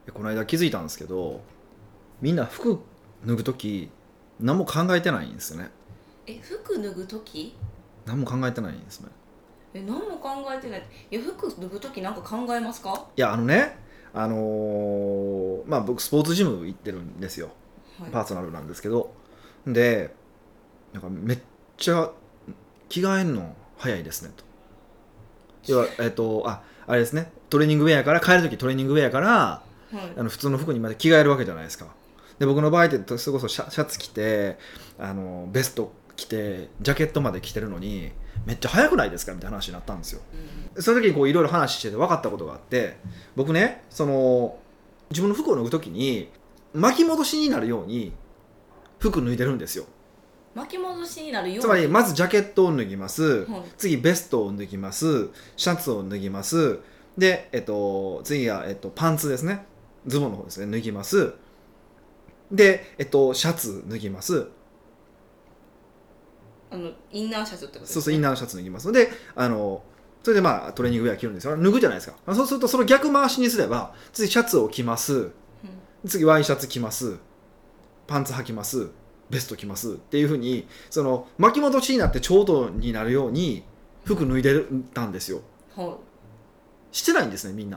この間気づいたんですけど、みんな服脱ぐとき何も考えてないんですね。 服脱ぐとき何も考えてないんですね。 何も考えてない。服脱ぐときなんか考えますか？ いや僕スポーツジム行ってるんですよ、 はい、 パーソナルなんですけど。でなんかめっちゃ着替えるの早いですねと。要はあれですね、トレーニングウェアから帰るときトレーニングウェアからはい、 普通の服にまで着替えるわけじゃないですか。で僕の場合ってそれこそシャツ着てベスト着てジャケットまで着てるのにめっちゃ早くないですかみたいな話になったんですよ。その時にいろいろ話してて分かったことがあって、僕ね自分の服を脱ぐ時に巻き戻しになるように服脱いでるんですよ。 巻き戻しになるように。 つまりまずジャケットを脱ぎます、 はい、 次ベストを脱ぎます、シャツを脱ぎます、で、次は、パンツですね、ズボンの方ですね、脱ぎます。で、シャツ脱ぎます。 インナーシャツってことですね。 そうそう、インナーのシャツ脱ぎます。でそれでトレーニングウェア着るんですよ。脱ぐじゃないですか。そうするとその逆回しにすれば、次シャツを着ます、次ワイシャツ着ます、パンツ履きます、ベスト着ますっていう風に巻き戻しになってちょうどになるように服脱いでたんですよ。 はい、 してないんですね、みんな。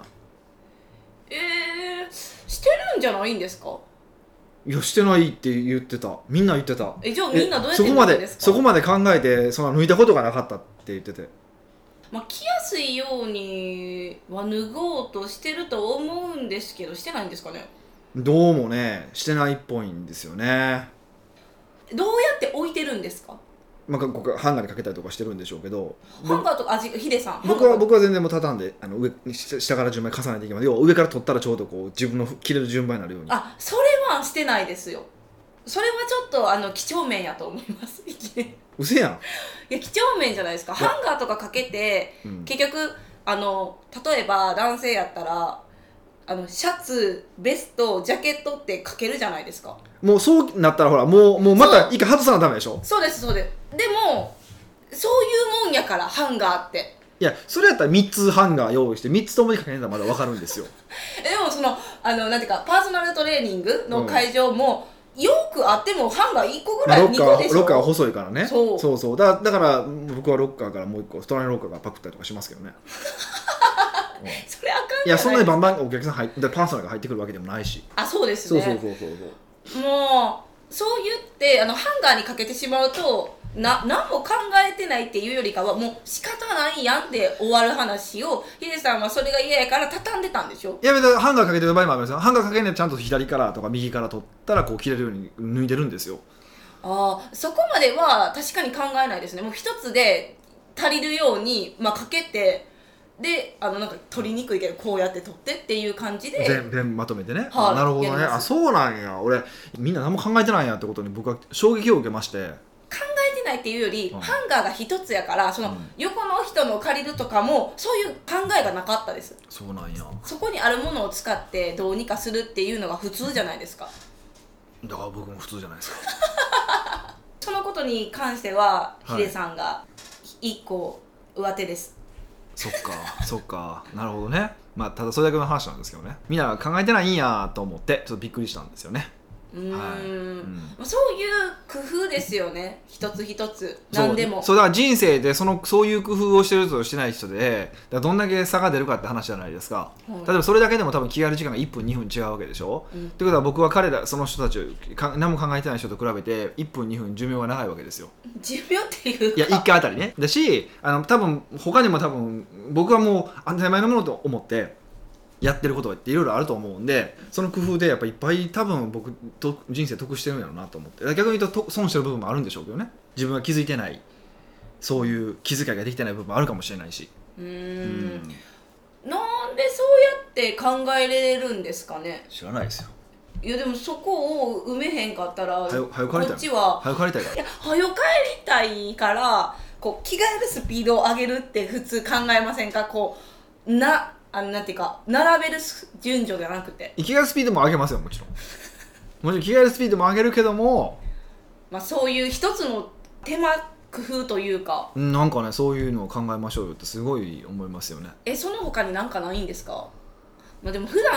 してるんじゃないんですか？ いや、してないって言ってた。みんな言ってた。 じゃあみんなどうやってそこまで脱ぐんですか？ そこまで考えて脱いだことがなかったって言ってて。 着やすいようには脱ごうとしてると思うんですけど、してないんですかね？ どうもね、してないっぽいんですよね。 どうやって置いてるんですか？ ここハンガーにかけたりとかしてるんでしょうけど、 ハンガーとかヒデさん、 僕は全然もう畳んで下から順番に重ねていきます。要は上から取ったらちょうど自分の着れる順番になるように。 それはしてないですよ。それはちょっと几帳面やと思いますうせやん。 いや几帳面じゃないですか。ハンガーとかかけて、結局例えば男性やったらシャツ、ベスト、ジャケットってかけるじゃないですか。 もうそうなったらほらもうまた一回外さなダメでしょ。 そうですそうです。でもそういうもんやから、ハンガーって。 いや、それやったら3つハンガー用意して3つともにかけないとまだ分かるんですよ。 でもなんていうか、パーソナルトレーニングの会場も、よくあってもハンガー1個ぐらい、2個でしょ。 ロッカーは細いからね。 そうだから僕はロッカーからもう1個隣のロッカーからパクったりとかしますけどね。 それあかんじゃないですか。 いや、そんなにバンバンお客さんパーソナルが入ってくるわけでもないし。 そうですね。もうそう言ってハンガーにかけてしまうと何も考えてないっていうよりかは、もう仕方ないやんで終わる話を、ヒデさんはそれが嫌やから畳んでたんでしょ。 いや、別にハンガーかけてる場合もありますよ。ハンガーかけないとちゃんと左からとか右から取ったら着れるように脱いでるんですよ。 そこまでは確かに考えないですね。もう一つで足りるように、かけて、でなんか取りにくいけどこうやって取ってっていう感じで全まとめてね。 はい、 なるほどね。そうなんや。俺みんな何も考えてないんやってことに僕は衝撃を受けまして。 考えてないっていうより、ハンガーが一つやから、横の人の借りるとかもそういう考えがなかったです。 そうなんや。 そこにあるものを使ってどうにかするっていうのが普通じゃないですか。 だから僕も普通じゃないですか。 そのことに関してはヒデさんが一個上手です。 そっかなるほどね。ただそれだけの話なんですけどね。みんな考えてないんやと思ってちょっとびっくりしたんですよね。 そういう工夫ですよね、一つ一つ。何でもそうだから人生でそういう工夫をしてる人としてない人でどんだけ差が出るかって話じゃないですか。例えばそれだけでも多分着替える時間が1分2分違うわけでしょ。ってことは僕はその人たち何も考えてない人と比べて1分2分寿命が長いわけですよ。 寿命っていうか、 いや1回あたりね。だし多分他にも僕はもう当たり前のものと思ってやってることっていろいろあると思うんで、その工夫でやっぱいっぱい多分僕と人生得してるんやろうなと思って。逆に言うと損してる部分もあるんでしょうけどね。自分が気づいてない、そういう気遣いができてない部分もあるかもしれないし。 なんでそうやって考えれるんですかね。 知らないですよ。 いやでもそこを埋めへんかったら、 こっちは早く帰りたいから。 いや早く帰りたいから着替えるスピードを上げるって普通考えませんか。なんていうか、並べる順序じゃなくて、 着替えるスピードも上げますよ。もちろん着替えるスピードも上げるけども、 そういう一つの手間工夫というか、 なんかね、そういうのを考えましょうよってすごい思いますよね。 その他になんかないんですか。でも普段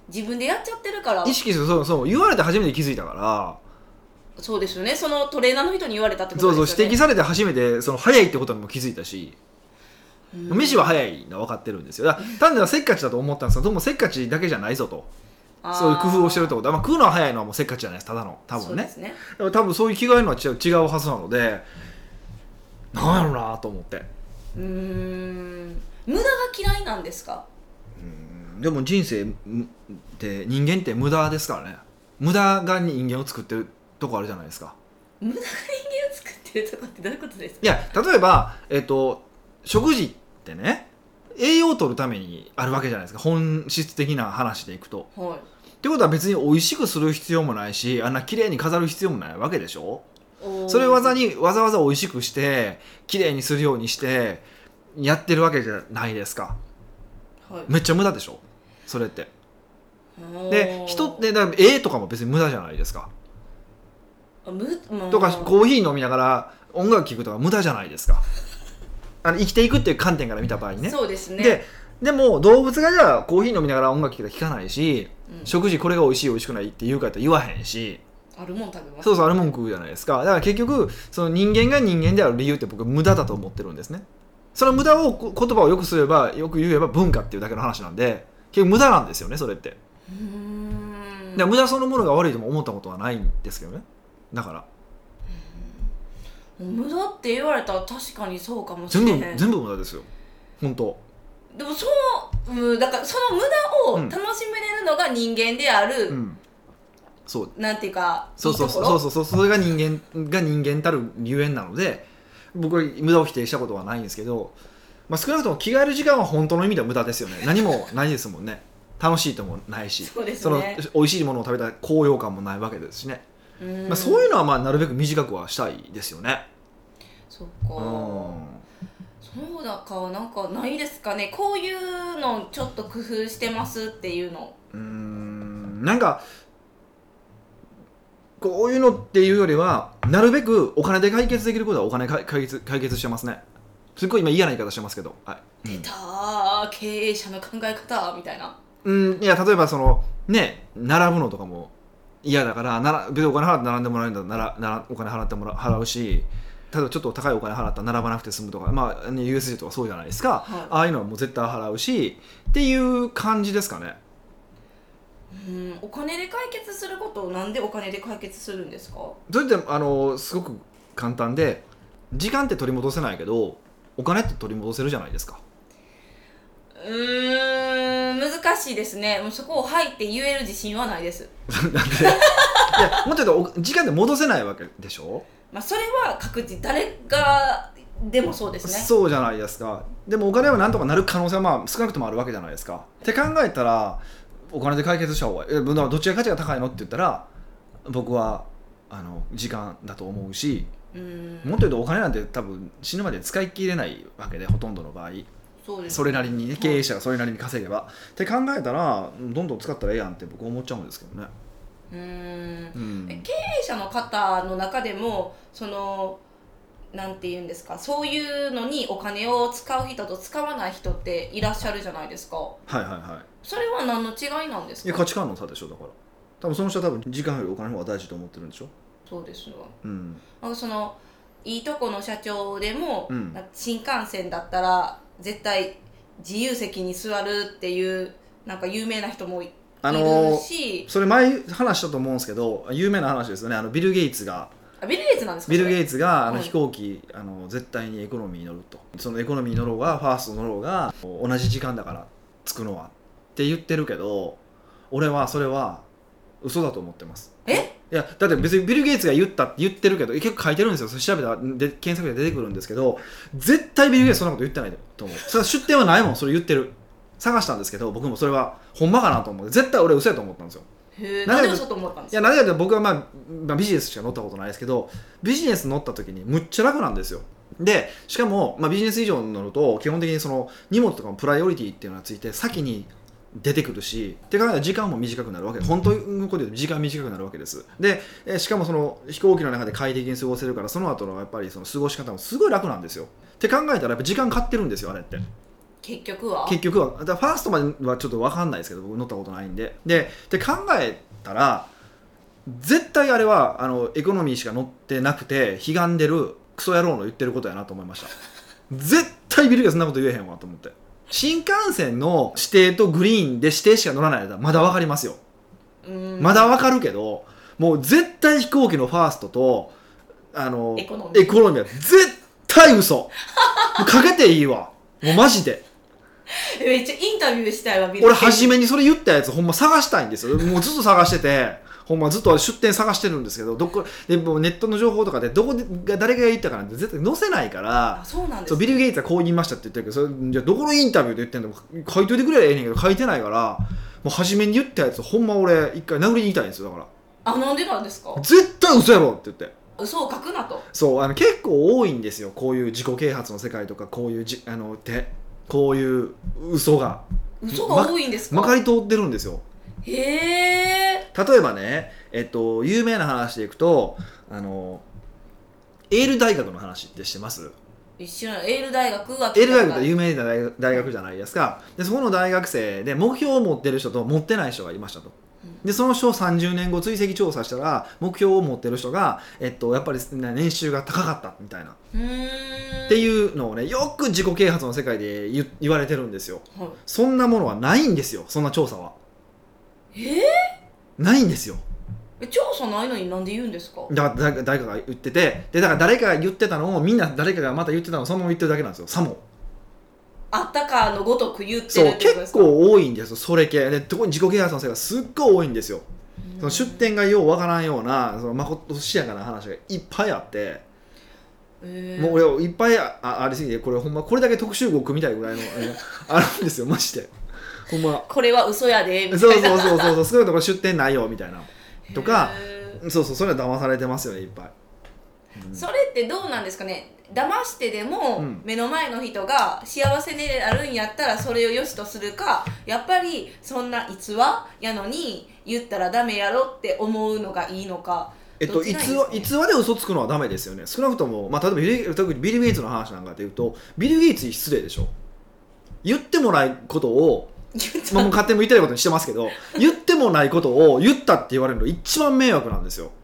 自分でやっちゃってるから。 意識する、そう言われて初めて気づいたから。 そうですよね、そのトレーナーの人に言われたってことですよね。 そう指摘されて初めて早いってことにも気づいたし、飯は早いのは分かってるんですよ。単にはせっかちだと思ったんですけど、どうもせっかちだけじゃないぞと。そういう工夫をしてるってことは、食うのは早いのはもうせっかちじゃないです、ただの多分ね。だから多分そういう気概のは違うはずなので、なんやろうなと思って。 無駄が嫌いなんですか？ でも人生って人間って無駄ですからね。無駄が人間を作ってるとこあるじゃないですか。 無駄が人間を作ってるとこってどういうことですか？ いや、例えば、食事ってね、栄養を取るためにあるわけじゃないですか、本質的な話でいくと。 はい。 ってことは別に美味しくする必要もないし、あんな綺麗に飾る必要もないわけでしょ。それをわざわざ美味しくして綺麗にするようにしてやってるわけじゃないですか、はい、めっちゃ無駄でしょそれって。で人ってだからとかも別に無駄じゃないですか。とかコーヒー飲みながら音楽聴くとか無駄じゃないですか生きていくっていう観点から見た場合ね。 そうですね。 でも動物がじゃあコーヒー飲みながら音楽聴くと聴かないし、食事これが美味しい美味しくないって言うかって言わへんし、 あるもん食べます。 そうあるもん食うじゃないですか。だから結局その人間が人間である理由って僕は無駄だと思ってるんですね。その無駄を言葉をよく言えば文化っていうだけの話なんで、結局無駄なんですよねそれって。で無駄そのものが悪いとも思ったことはないんですけどね。だから無駄って言われたら確かにそうかもしれない。 全部無駄ですよ本当。 でもだからその無駄を楽しめれるのが人間である、そうなんていうかそうそれが人間たるゆえんなので、僕は無駄を否定したことはないんですけど、少なくとも着替える時間は本当の意味では無駄ですよね。何もないですもんね。楽しいともないし、 そうですね、 その美味しいものを食べた高揚感もないわけですしね。そういうのはなるべく短くはしたいですよね。 そっか、そうだかなんかないですかね、こういうのちょっと工夫してますっていうの。 なんかこういうのっていうよりは、なるべくお金で解決できることはお金解決してますね。すっごい今嫌な言い方してますけど、 出たー経営者の考え方みたいな。 いや例えば並ぶのとかも嫌だから別にお金払って並んでもらえるんだったらお金払うし、例えばちょっと高いお金払ったら並ばなくて済むとか、USJ とかそうじゃないですか、ああいうのはもう絶対払うしっていう感じですかね。 お金で解決することをなんでお金で解決するんですか？ それってすごく簡単で、時間って取り戻せないけどお金って取り戻せるじゃないですか。 難しいですね。もうそこをはいって言える自信はないですなんでいやもっと言うと時間で戻せないわけでしょ。 それは確実、誰がでもそうですね。 そうじゃないですか。でもお金はなんとかなる可能性は少なくともあるわけじゃないですか。って考えたらお金で解決した方がいい。どっちが価値が高いのって言ったら僕は時間だと思うし、もっと言うとお金なんて多分死ぬまで使い切れないわけで、ほとんどの場合そうです、 それなりにね、経営者がそれなりに稼げば、って考えたらどんどん使ったらええやんって僕思っちゃうんですけどね。 経営者の方の中でもなんて言うんですか、そういうのにお金を使う人と使わない人っていらっしゃるじゃないですか。それは何の違いなんですか？ いや価値観の差でしょ。だから多分その人は時間よりお金の方が大事と思ってるんでしょ。 そうですよ、いいとこの社長でも、新幹線だったら絶対自由席に座るっていう有名な人もいるし、 それ前話したと思うんですけど、有名な話ですよね。ビル・ゲイツがなんですか？ ビル・ゲイツが飛行機絶対にエコノミーに乗ると、そのエコノミーに乗ろうがファースト乗ろうが同じ時間だから着くのはって言ってるけど、俺はそれは嘘だと思ってます。いやだって別にビル・ゲイツが言ったって言ってるけど、結構書いてるんですよ。それ調べたら検索で出てくるんですけど、絶対ビル・ゲイツそんなこと言ってないと思う。それは出典はないもん。それ言ってる探したんですけど、僕もそれはほんまかなと思って、絶対俺嘘やと思ったんですよ。 なんで嘘と思ったんですか？ いやなんでかって僕はビジネスしか乗ったことないですけど、ビジネス乗った時にむっちゃ楽なんですよ。でしかも、ビジネス以上に乗ると基本的にその荷物とかもプライオリティっていうのがついて先に出てくるし、って考えたら時間も短くなるわけで、本当のこと言うと時間短くなるわけです。でしかもその飛行機の中で快適に過ごせるから、その後のやっぱりその過ごし方もすごい楽なんですよ。って考えたらやっぱ時間買ってるんですよあれって。 結局はだからファーストまではちょっと分かんないですけど、僕乗ったことないんで考えたら絶対あれはエコノミーしか乗ってなくてひがんでるクソ野郎の言ってることやなと思いました。絶対ビル・ゲイツそんなこと言えへんわと思って。新幹線の指定とグリーンで指定しか乗らない間まだ分かりますよ。まだ分かるけど、もう絶対飛行機のファーストとエコノミーは絶対嘘かけていいわ、もうマジで。 めっちゃインタビューしたいわ。 俺初めにそれ言ったやつほんま探したいんですよ。もうずっと探しててほんまずっと出店探してるんですけど、どこでもネットの情報とかでどこが誰が言ったかなんて絶対載せないから。 そうなんです、ね、 そうビル・ゲイツはこう言いましたって言ってるけど、それじゃあどこのインタビューで言ってんの書いといてくれりゃええねんけど書いてないから、もう初めに言ったやつほんま俺一回殴りに行きたいんですよ。だからなんでなんですか。 絶対嘘やろって言って、 嘘を書くなと。 そう結構多いんですよ、こういう自己啓発の世界とか、こういうこういう嘘が多いんですか。 まかり通ってるんですよ。 へえ。 例えばね、有名な話でいくとエール大学の話って知ってます？ 知らない。エール大学はエール大学って有名な大学じゃないですか。でそこの大学生で目標を持ってる人と持ってない人がいましたと。でその人を30年後追跡調査したら目標を持ってる人が、やっぱり年収が高かったみたいなっていうのをね、よく自己啓発の世界で言われてるんですよ、はい、そんなものはないんですよ。そんな調査はないんですよ。 調査ないのになんで言うんですか。 だから誰かが言ってて、でだから誰かが言ってたのをみんな誰かがまた言ってたのをそのまま言ってるだけなんですよ。さもあったかのごとく言ってるってそうことですか。 結構多いんですよ、それ系で。特に自己啓発の世界がすっごい多いんですよ。その出典がようわからんようなそのまことしやかな話がいっぱいあって、もう俺いっぱい ありすぎて、これほんまこれだけ特集号組みたいぐらいのあるんですよマジで。ほんまこれは嘘やでみたいな。 そうそういうところ出典ないよみたいなとか、そうそれは騙されてますよね、いっぱい。 それってどうなんですかね。騙してでも目の前の人が幸せであるんやったらそれを良しとするか、やっぱりそんな逸話やのに言ったらダメやろって思うのがいいのか。 逸話で嘘つくのはダメですよね。少なくとも、例えば特にビル・ゲイツの話なんかで言うと、ビル・ゲイツに失礼でしょ。言ってもないことをもう勝手に言ってないことにしてますけど言ってもないことを言ったって言われるの一番迷惑なんですよ。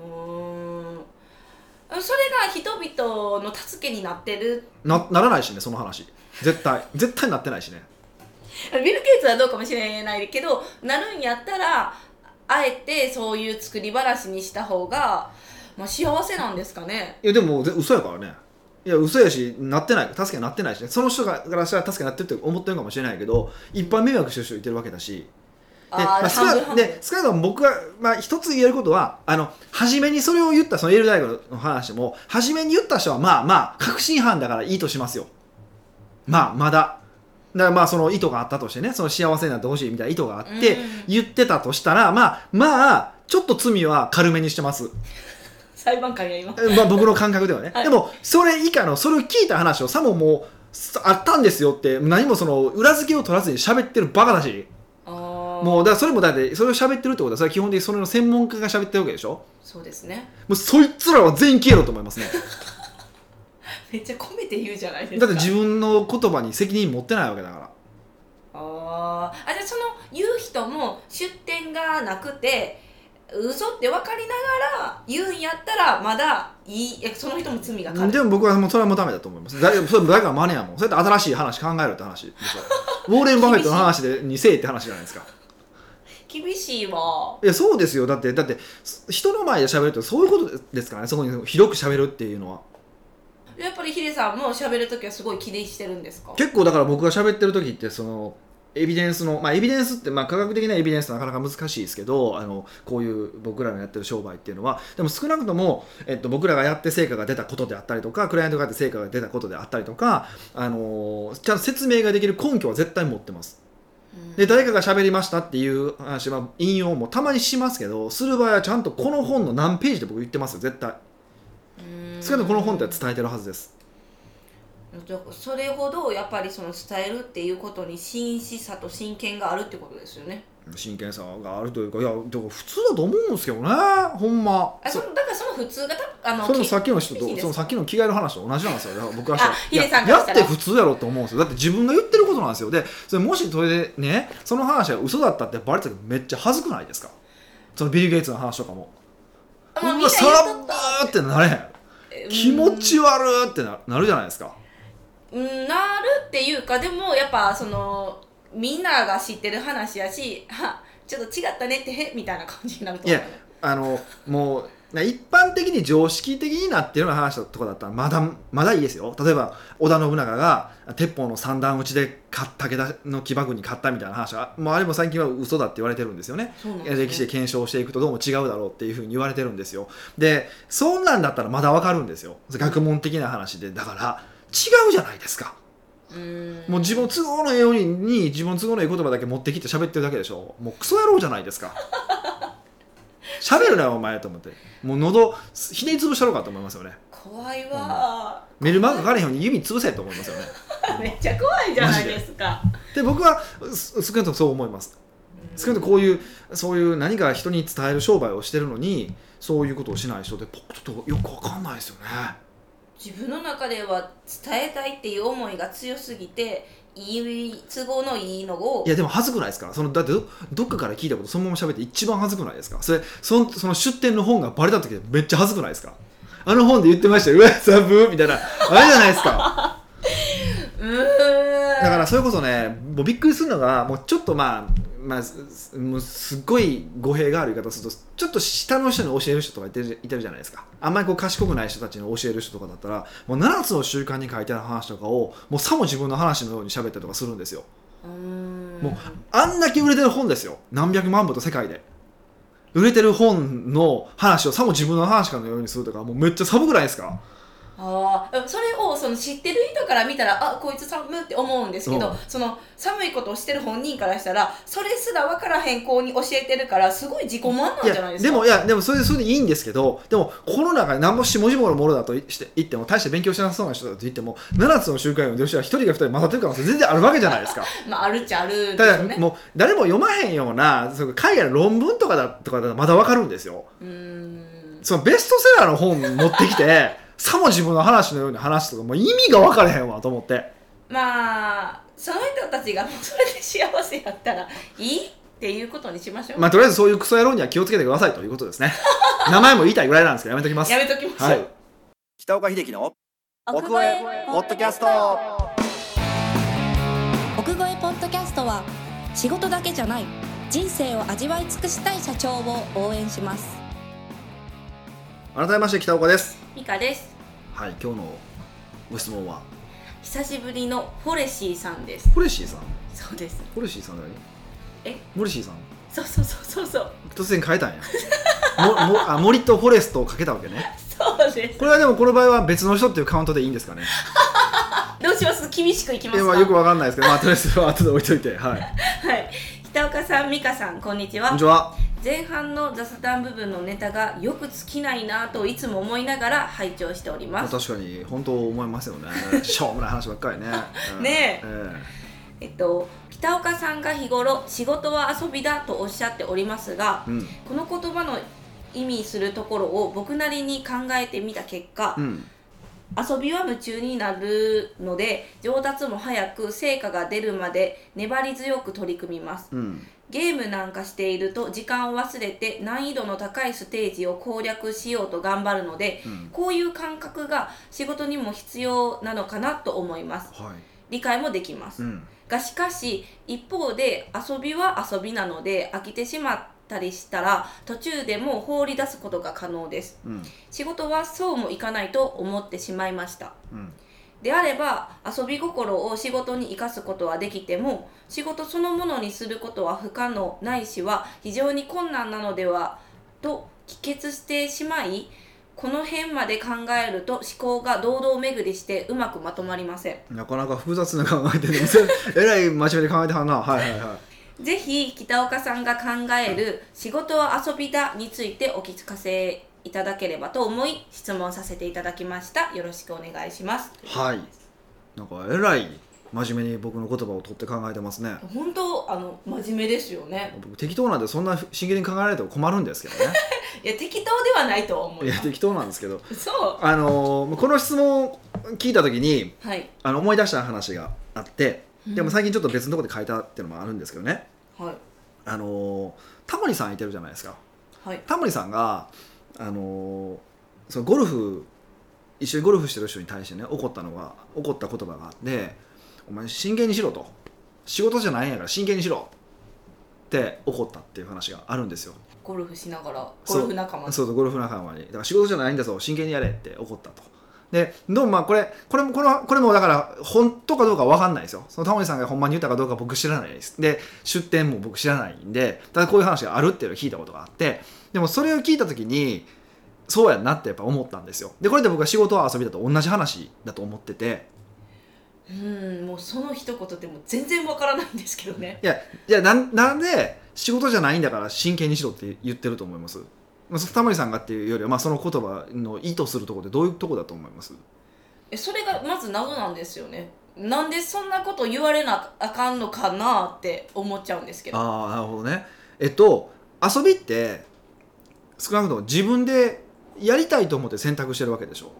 それが人々の助けになってるならないしね、その話絶対なってないしね。 ビル・ゲイツはどうかもしれないけど、なるんやったらあえてそういう作り話にした方が、幸せなんですかね。 いやでも嘘やからね。いや嘘やし、なってない、助けになってないしね。その人からしたら助けになってるって思ってるかもしれないけど、いっぱい迷惑してる人いてるわけだし。少なくとも僕が、一つ言えることは、初めにそれを言ったそのエール大学の話も初めに言った人は確信犯だからいいとしますよ。まだだからその意図があったとしてね、その幸せになってほしいみたいな意図があって言ってたとしたら、ちょっと罪は軽めにしてます。 裁判官や今、 僕の感覚ではね、はい、でもそれ以下のそれを聞いた話をさももうあったんですよって何もその裏付けを取らずに喋ってるバカだし、もうだからそれもだってそれを喋ってるってことはそれは基本的にそれの専門家が喋ってるわけでしょ。そうですね。もうそいつらは全員消えろと思いますねめっちゃ込めて言うじゃないですか。 だって自分の言葉に責任持ってないわけだから。 じゃあその言う人も出典がなくて嘘って分かりながら言うんやったらまだいい、その人も罪が軽い。 でも僕はもうそれはもうダメだと思います。それ誰かマネやもん。それって新しい話考えるって話でしょウォーレン・バフェットの話にせえって話じゃないですか厳しいわ。 いやそうですよ。だって人の前で喋るってそういうことですからね。そこに広く喋るっていうのはやっぱりヒデさんも喋るときはすごい気にしてるんですか。 結構だから僕が喋ってる時ってそのエビデンスの、エビデンスって科学的なエビデンスってなかなか難しいですけど、こういう僕らのやってる商売っていうのはでも少なくとも、僕らがやって成果が出たことであったりとかクライアントがやって成果が出たことであったりとか、ちゃんと説明ができる根拠は絶対持ってます。で誰かが喋りましたっていう話は引用もたまにしますけど、する場合はちゃんとこの本の何ページで僕言ってますよ絶対。少なくともこの本って伝えてるはずです。 それほどやっぱりその伝えるっていうことに真摯さと真剣があるってことですよね。 真剣さがあるというか、いやだから普通だと思うんですけどね、ほんま。 だからその普通がそのさっきの人とそのさっきの着替える話と同じなんですよ。だから僕はヒデさんやって普通やろって思うんですよ。だって自分が言ってることなんですよ。でそれもしそれでねその話が嘘だったってバレたらめっちゃ恥ずくないですか。そのビル・ゲイツの話とかもうわさらっばーってなれへん、気持ち悪ーってなるじゃないですか。 なるっていうか、でもやっぱそのみんなが知ってる話やし、ちょっと違ったねってみたいな感じになると思う。いやもう一般的に常識的になってるような話とかだったらまだいいですよ。例えば織田信長が鉄砲の三段撃ちで武田の騎馬軍に勝ったみたいな話はもうあれも最近は嘘だって言われてるんですよね。歴史で検証していくとどうも違うだろうっていうふうに言われてるんですよ。でそんなんだったらまだわかるんですよ、学問的な話で。だから違うじゃないですか。もう自分都合のように自分都合のいい言葉だけ持ってきて喋ってるだけでしょ。もうクソ野郎じゃないですか。喋るなよお前と思って、もう喉ひねり潰したろうかと思いますよね。 怖いわ、 メルマガ書かれへんように指潰せと思いますよね。 めっちゃ怖いじゃないですか。 で僕は少なくともそう思います。少なくともこういうそういう何か人に伝える商売をしてるのにそういうことをしない人でちょっとよくわかんないですよね。 自分の中では伝えたいっていう思いが強すぎて都合のいいのを。 いやでも恥ずくないですか。だってどっかから聞いたことそのまま喋って一番恥ずくないですか。その出典の本がバレた時でめっちゃ恥ずくないですか。あの本で言ってましたよ、うわサブみたいなあれじゃないですか。だからそれこそねもうびっくりするのがもうちょっともうすっごい語弊がある言い方するとちょっと下の人に教える人とかいてるじゃないですか。あんまりこう賢くない人たちに教える人とかだったらもう7つの習慣に書いてある話とかをもうさも自分の話のように喋ったりとかするんですよ。もうあんだけ売れてる本ですよ、何百万部と世界で売れてる本の話をさも自分の話かのようにするとかもうめっちゃ寒くないですか。 それをその知ってる人から見たらこいつ寒って思うんですけど、その寒いことをしてる本人からしたらそれすら分からへん子に教えてるからすごい自己満なんじゃないですか。 でもそれでいいんですけど、でもこの中に何も下々のものだと言っても大して勉強しなさそうな人だと言っても7つの習慣を読んでる人は1人か2人混ざってる可能性全然あるわけじゃないですか。 あるっちゃあるでたすよね。 だもう誰も読まへんような海外の論文とかだとまだ分かるんですよ。そのベストセラーの本持ってきてさも自分の話のように話すとかもう意味が分からへんわと思って。 その人たちがもうそれで幸せやったらいいっていうことにしましょう。 とりあえずそういうクソ野郎には気をつけてくださいということですね。名前も言いたいぐらいなんですけどやめときます。 やめときましょう、 はい、北岡秀樹の奥越えポッドキャスト。 奥越えポッドキャストは仕事だけじゃない人生を味わい尽くしたい社長を応援します。 改めまして北岡です。 ミカです。 はい、今日のご質問は久しぶりのフォレシーさんです。 フォレシーさん。 そうです。 フォレシーさん何？モリシーさん。 そう突然変えたんや。森とフォレストをかけたわけね。 そうです。 これはでもこの場合は別の人っていうカウントでいいんですかね。 どうします？厳しくいきますか？ よくわかんないですけど、とりあえずは後で置いといて。はい。 はい。北岡さん、美香さん、こんにちは。 こんにちは。 前半の雑談部分のネタがよく尽きないなといつも思いながら拝聴しております。 確かに本当思いますよね。しょうもない話ばっかりね。 ねえ。北岡さんが日頃仕事は遊びだとおっしゃっておりますが、この言葉の意味するところを僕なりに考えてみた結果、遊びは夢中になるので上達も早く成果が出るまで粘り強く取り組みます。ゲームなんかしていると時間を忘れて難易度の高いステージを攻略しようと頑張るので、こういう感覚が仕事にも必要なのかなと思います。理解もできます。がしかし一方で遊びは遊びなので飽きてしまったりしたら途中でもう放り出すことが可能です。仕事はそうもいかないと思ってしまいました。であれば遊び心を仕事に生かすことはできても仕事そのものにすることは不可能ないしは非常に困難なのではと帰結してしまい、この辺まで考えると思考が堂々巡りしてうまくまとまりません。 なかなか複雑な考えてるんですよ。えらい真面目に考えてはんな。 ぜひ北岡さんが考える仕事は遊びだについてお聞かせいただければと思い質問させていただきました。よろしくお願いします。 はい。なんかえらい真面目に僕の言葉を取って考えてますね。 本当真面目ですよね。 僕適当なんでそんな真剣に考えられても困るんですけどねいや適当ではないとは思います。 いや適当なんですけどそう、 この質問を聞いた時にはい、 思い出した話があって、 うんでも最近ちょっと別のところで書いたっていうのもあるんですけどね、 はいタモリさんいてるじゃないですか。 はいタモリさんがそのゴルフ一緒にゴルフしてる人に対してね怒った言葉があって、お前真剣にしろと、仕事じゃないんやから真剣にしろって怒ったっていう話があるんですよ。 ゴルフしながらゴルフ仲間にそうゴルフ仲間にだから仕事じゃないんだぞ真剣にやれって怒ったと。でどうもまあこれもだから本当かどうかは分かんないですよ。そのタモリさんがほんまに言ったかどうか僕知らないです。で出典も僕知らないんで、ただこういう話があるっていうのを聞いたことがあって、でもそれを聞いた時にそうやんなってやっぱ思ったんですよ。でこれで僕は仕事は遊びだと同じ話だと思ってて、 もうその一言でも全然わからないんですけどね。 いやなんで仕事じゃないんだから真剣にしろって言ってると思います？タモリさんがっていうよりは、まあ、その言葉の意図するところでどういうところだと思います？ それがまず謎なんですよね。なんでそんなこと言われなあかんのかなって思っちゃうんですけど。 ああなるほどね。遊びって少なくとも自分でやりたいと思って選択してるわけでしょ。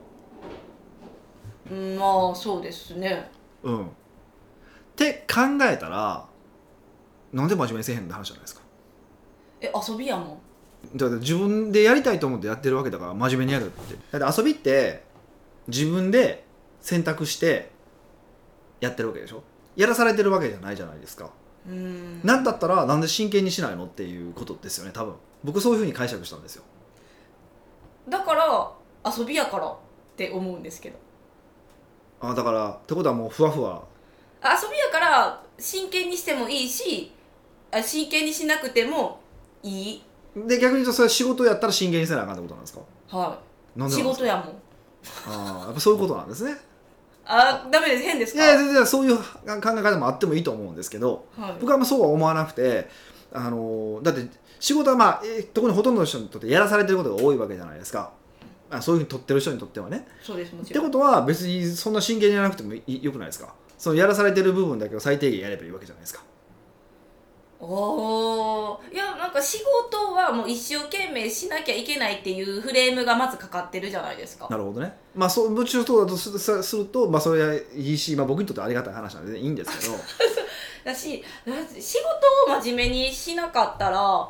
まあそうですね。 って考えたらなんで真面目にせえへんって話じゃないですか。 遊びやもん。 だから自分でやりたいと思ってやってるわけだから真面目にやるって。だって遊びって自分で選択してやってるわけでしょ。やらされてるわけじゃないじゃないですか。なんだったらなんで真剣にしないのっていうことですよね。多分僕そういうふうに解釈したんですよ。 だから遊びやからって思うんですけど。 だからってことはもうふわふわ遊びやから真剣にしてもいいし、真剣にしなくてもいい。 で逆に言うとそれ仕事やったら真剣にせなあかんってことなんですか？ はい。 なんで仕事やもん。 やっぱそういうことなんですね。 ダメです。変ですか？ いや全然そういう考え方もあってもいいと思うんですけど、 はい、 僕はそうは思わなくて、だって仕事はまあ、特にほとんどの人にとってやらされてることが多いわけじゃないですか。そういうふうに取ってる人にとってはね。 そうです、もちろん。ってことは別にそんな真剣にやらなくてもよくないですか？そのやらされてる部分だけを最低限やればいいわけじゃないですか。 いやなんか仕事はもう一生懸命しなきゃいけないっていうフレームがまずかかってるじゃないですか。 なるほどね。まあもちろんそうだとすると、まあ、それはいいし、まあ、僕にとってはありがたい話なんでいいんですけどだし仕事を真面目にしなかったら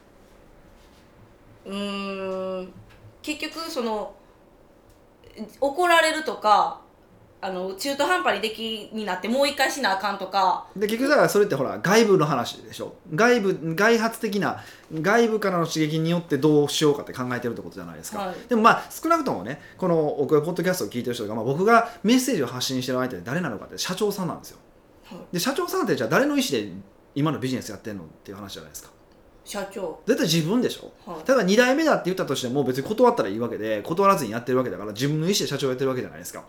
結局その怒られるとか中途半端になってもう一回しなあかんとかで結局だからそれってほら外部の話でしょ。外発的な外部からの刺激によってどうしようかって考えてるってことじゃないですか、 はい、 でもまあ少なくともねこの僕がポッドキャストを聞いてる人が、まあ、僕がメッセージを発信してる相手で誰なのかって社長さんなんですよ、はい、で社長さんってじゃあ誰の意思で今のビジネスやってんのっていう話じゃないですか。 社長絶対自分でしょ、はい、ただ2代目だって言ったとしても別に断ったらいいわけで断らずにやってるわけだから自分の意思で社長やってるわけじゃないですか。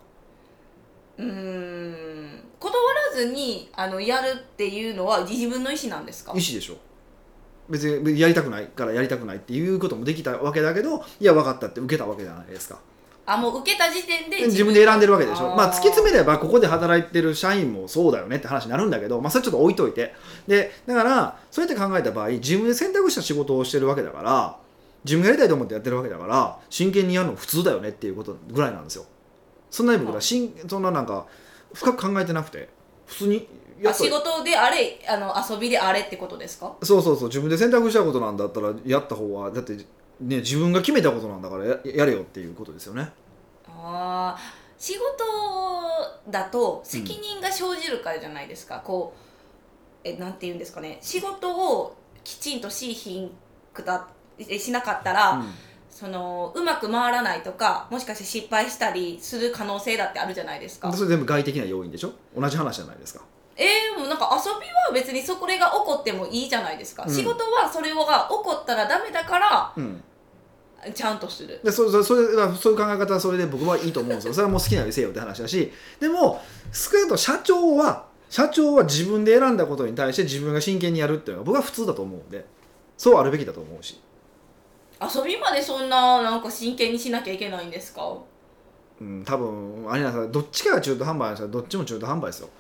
断らずにやるっていうのは自分の意思なんですか？ 意思でしょ。別にやりたくないからやりたくないっていうこともできたわけだけど、いや分かったって受けたわけじゃないですか。 もう受けた時点で自分で選んでるわけでしょ。まあ突き詰めればここで働いてる社員もそうだよねって話になるんだけど、まあそれちょっと置いといて、でだからそうやって考えた場合自分で選択した仕事をしてるわけだから自分がやりたいと思ってやってるわけだから真剣にやるの普通だよねっていうことぐらいなんですよ。そんなに僕らそんななんか深く考えてなくて普通に仕事であれ遊びであれってことですか？ そう自分で選択したことなんだったらやった方はだってね自分が決めたことなんだからやれよっていうことですよね。 仕事だと責任が生じるからじゃないですか、こうなんて言うんですかね、仕事をきちんとしなかったら、うまく回らないとかもしかして失敗したりする可能性だってあるじゃないですか。 それ全部外的な要因でしょ。同じ話じゃないですか。 もうなんか遊びは別にこれが起こってもいいじゃないですか、仕事はそれが起こったらダメだから、ちゃんとする。でそういう考え方はそれで僕はいいと思うんですよ。それはもう好きなようにせよって話だし、でも少なくとも社長は自分で選んだことに対して自分が真剣にやるっていうのが僕は普通だと思うんで、そうあるべきだと思うし。 遊びまでそんななんか真剣にしなきゃいけないんですか？ 多分あれなんですか、どっちかが中途半端なんですよ。どっちも中途半端ですよ。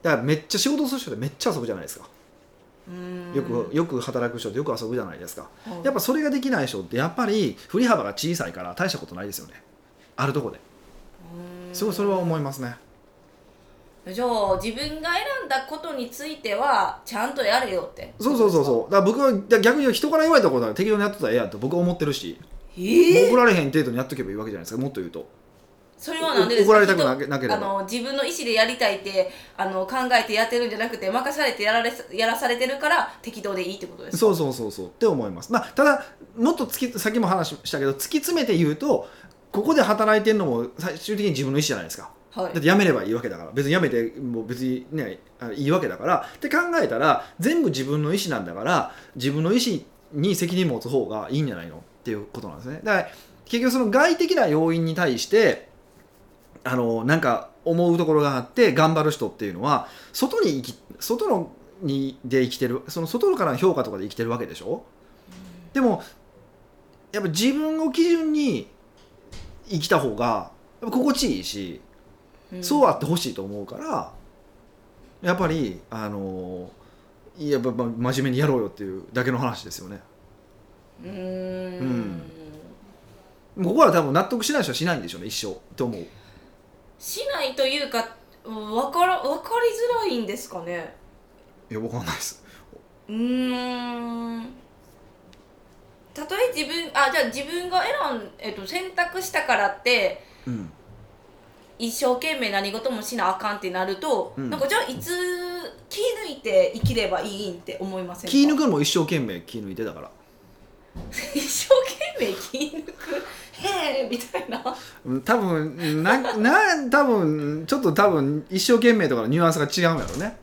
だからめっちゃ仕事する人ってめっちゃ遊ぶじゃないですか。よく働く人ってよく遊ぶじゃないですか、やっぱそれができない人ってやっぱり振り幅が小さいから大したことないですよね、あるとこですごいそれは思いますね。 じゃあ自分が選んだことについてはちゃんとやれよって。 そうだから僕は逆に人から言われたことは適当にやってたらええやんと僕は思ってるし、怒られへん程度にやっとけばいいわけじゃないですか。もっと言うとそれはなんでですか。 怒られたくなければ自分の意思でやりたいって考えてやってるんじゃなくて任されてやらされてるから適当でいいってことですか。 そうって思います。ただもっとさっきも話したけど突き詰めて言うとここで働いてるのも最終的に自分の意思じゃないですか、はい、だって辞めればいいわけだから別に辞めてもう別にねいいわけだからって考えたら全部自分の意思なんだから自分の意思に責任持つ方がいいんじゃないのっていうことなんですね。だから結局その外的な要因に対してなんか思うところがあって頑張る人っていうのは外で生きてるその外からの評価とかで生きてるわけでしょ、でもやっぱ自分を基準に生きた方がやっぱ心地いいし、そうあってほしいと思うからやっぱりやっぱ真面目にやろうよっていうだけの話ですよね。ここは多分納得しない人はしないんでしょうね一生と思う。 しないというか分かりづらいんですかね。 いや分かんないです。 たとえじゃあ自分が選択したからって、一生懸命何事もしなあかんってなると、なんかじゃあいつ気抜いて生きればいいんって思いませんか。 気抜くのも一生懸命気抜いてだから一生懸命気抜くへえみたいな多分ちょっと一生懸命とかのニュアンスが違うんやろね。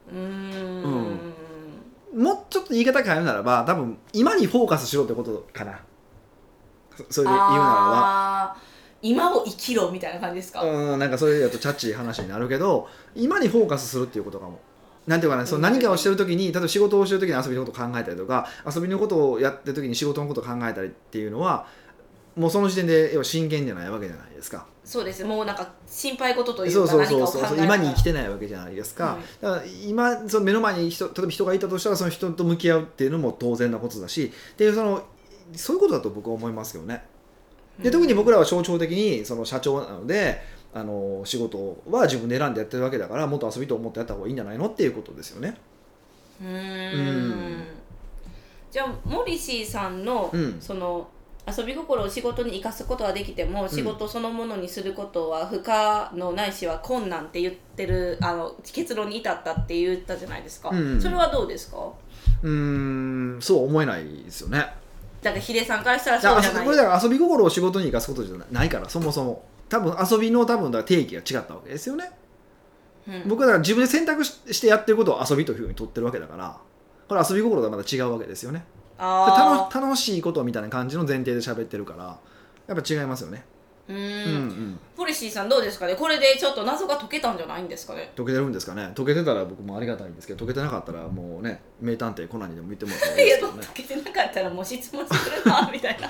もうちょっと言い方変えるならば多分今にフォーカスしろってことかな。それで言うならば今を生きろみたいな感じですか。 なんかそれだとチャッチー話になるけど今にフォーカスするっていうことかも。なんていうかね、その何かをしてる時に例えば仕事をしてる時に遊びのことを考えたりとか遊びのことをやってる時に仕事のことを考えたりっていうのはもうその時点で要は真剣じゃないわけじゃないですか。 そうです。もうなんか心配事というか何かを考え今に生きてないわけじゃないですか、だから今その目の前に例えば人がいたとしたらその人と向き合うっていうのも当然なことだしっていうそういうことだと僕は思いますよね。で特に僕らは象徴的にその社長なので仕事は自分で選んでやってるわけだからもっと遊びと思ってやった方がいいんじゃないのっていうことですよね。 じゃあモリシーさんの、その遊び心を仕事に生かすことはできても仕事そのものにすることは不可能ないしは困難って言ってる結論に至ったって言ったじゃないですか、それはどうですか。 そう思えないですよね。 だからヒデさんからしたらそうじゃない。 これだから遊び心を仕事に生かすことじゃないからそもそも多分遊びの定義が違ったわけですよね、僕はだから自分で選択してやってることを遊びというふうに取ってるわけだからこれ遊び心とはまた違うわけですよね。楽しいことみたいな感じの前提で喋ってるからやっぱ違いますよね。 ポリシーさんどうですかね。これでちょっと謎が解けたんじゃないんですかね。 解けてるんですかね。解けてたら僕もありがたいんですけど解けてなかったらもうね名探偵コナンにでも言ってもらったらいいですけどね。 解けてなかったらもう質問するなみたいな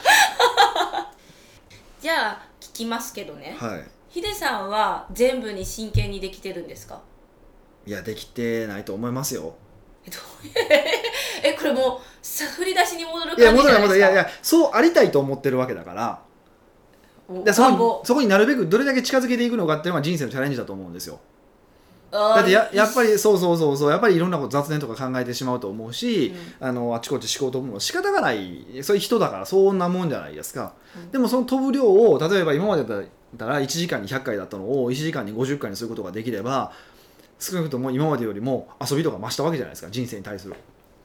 じゃあ聞きますけどね、ヒデさんは全部に真剣にできてるんですか。 いやできてないと思いますよ。 これもう振り出しに戻る感じじゃないですか。 いやそうありたいと思ってるわけだからそこになるべくどれだけ近づけていくのかっていうのが人生のチャレンジだと思うんですよ。だってやっぱりそうやっぱりいろんなこと雑念とか考えてしまうと思うし、あちこち仕事も仕方がないそういう人だからそんなもんじゃないですか、でもその飛ぶ量を例えば今までだったら1時間に100回だったのを1時間に50回にすることができれば少なくとも今までよりも遊びとか増したわけじゃないですか人生に対する。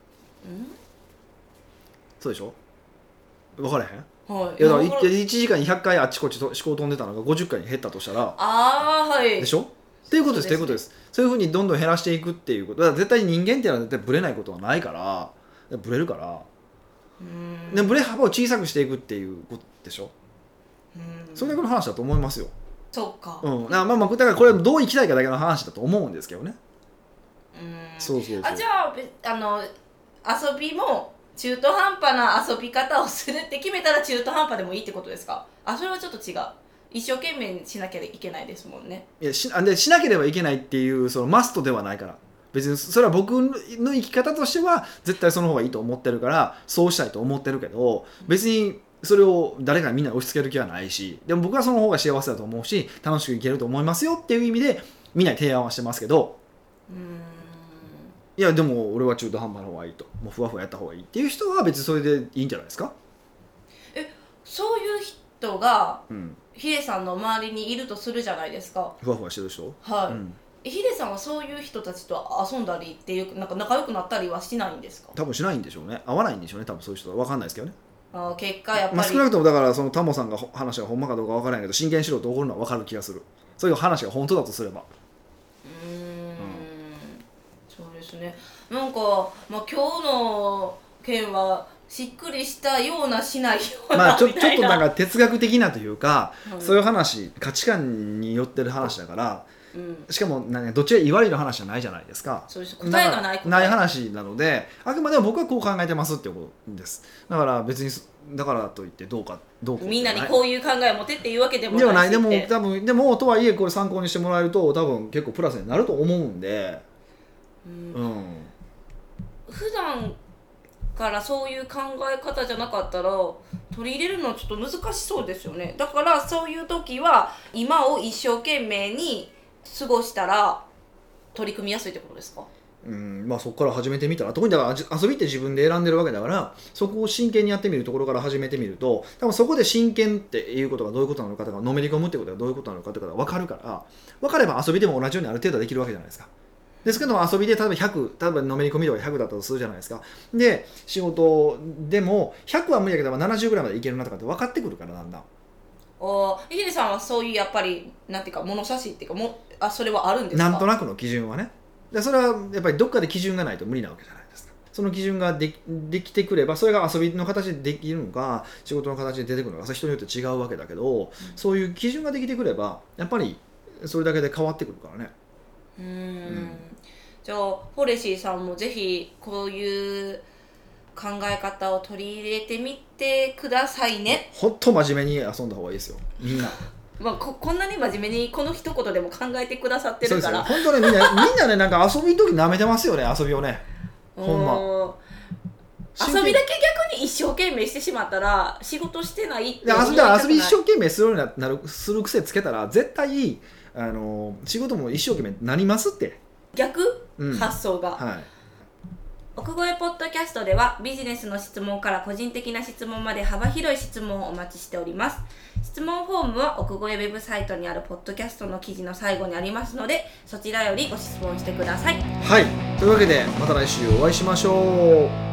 そうでしょ。分からへん。いやだから1時間に100回あっちこっち思考飛んでたのが50回に減ったとしたらでしょっていうことです。ということです。そういうふうにどんどん減らしていくっていうことだから絶対人間っていうのは絶対ブレないことはないからブレるからでブレ幅を小さくしていくっていうことでしょ。それだけの話だと思いますよ。 そうか。 だからこれどう生きたいかだけの話だと思うんですけどね。そうじゃあ遊びも中途半端な遊び方をするって決めたら中途半端でもいいってことですか。それはちょっと違う。 一生懸命しなきゃいけないですもんね。 いやしなければいけないっていうそのマストではないから、別にそれは僕の生き方としては絶対その方がいいと思ってるからそうしたいと思ってるけど、別にそれを誰かにみんな押し付ける気はないし、でも僕はその方が幸せだと思うし楽しくいけると思いますよっていう意味でみんなに提案はしてますけど、いやでも俺は中途半端の方がいいと、もうふわふわやった方がいいっていう人は別にそれでいいんじゃないですか。 そういう人が、 うん、 ヒデさんの周りにいるとするじゃないですか。 ふわふわしてる人、 はい、 うん、 ヒデさんはそういう人たちと遊んだりっていうなんか仲良くなったりはしないんですか？ 多分しないんでしょうね、合わないんでしょうね、多分そういう人は分かんないですけどね。 結果やっぱり、 少なくともだからそのタモさんが話がほんまかどうか分からないけど真剣にしろと怒るのは分かる気がする。そういう話が本当だとすればそうですね。なんか、今日の件はしっくりしたようなしないようなちょっみたいな、 となんか哲学的なというか、 はい、 そういう話価値観によってる話だから、しかもどっちがいい悪いの話じゃないじゃないですか。 そうです。答えがない話なので、あくまでも僕はこう考えてますっていうことです。だから別にだからといってどうこうみんなにこういう考えを持てっていうわけでもないし、 でもとはいえこれ参考にしてもらえると多分結構プラスになると思うんで、 普段からそういう考え方じゃなかったら取り入れるのはちょっと難しそうですよね。だからそういう時は今を一生懸命に過ごしたら取り組みやすいってことですか？ そこから始めてみたら、特にだから遊びって自分で選んでるわけだから、そこを真剣にやってみるところから始めてみると、多分そこで真剣っていうことがどういうことなのかとか、のめり込むってことがどういうことなのかとかが分かるから、分かれば遊びでも同じようにある程度できるわけじゃないですか。ですけども遊びで例えば100、のめり込み度が100だったとするじゃないですか。で仕事でも100は無理だけど70ぐらいまでいけるなとかって分かってくるから、だんだん。 ヒデさんはそういうやっぱりなんていうか物差しっていうかそれはあるんですか？ なんとなくの基準はね。でそれはやっぱりどっかで基準がないと無理なわけじゃないですか。その基準ができてくれば、それが遊びの形でできるのか仕事の形で出てくるのか、人によって違うわけだけど、そういう基準ができてくればやっぱりそれだけで変わってくるからね。 じゃあフォレシーさんもぜひこういう考え方を取り入れてみてくださいね。 ほんと真面目に遊んだ方がいいですよ、みんな。 こんなに真面目にこの一言でも考えてくださってるから。 そうですよ、本当ね、みんなね、なんか遊びの時舐めてますよね、遊びをね。ほんま遊びだけ逆に一生懸命してしまったら仕事してないって遊び一生懸命するようにする癖つけたら絶対仕事も一生懸命なりますって。 逆、発想が、 はい。 奥越ポッドキャストではビジネスの質問から個人的な質問まで幅広い質問をお待ちしております。質問フォームは奥越ウェブサイトにあるポッドキャストの記事の最後にありますので、そちらよりご質問してください。 はい、というわけでまた来週お会いしましょう。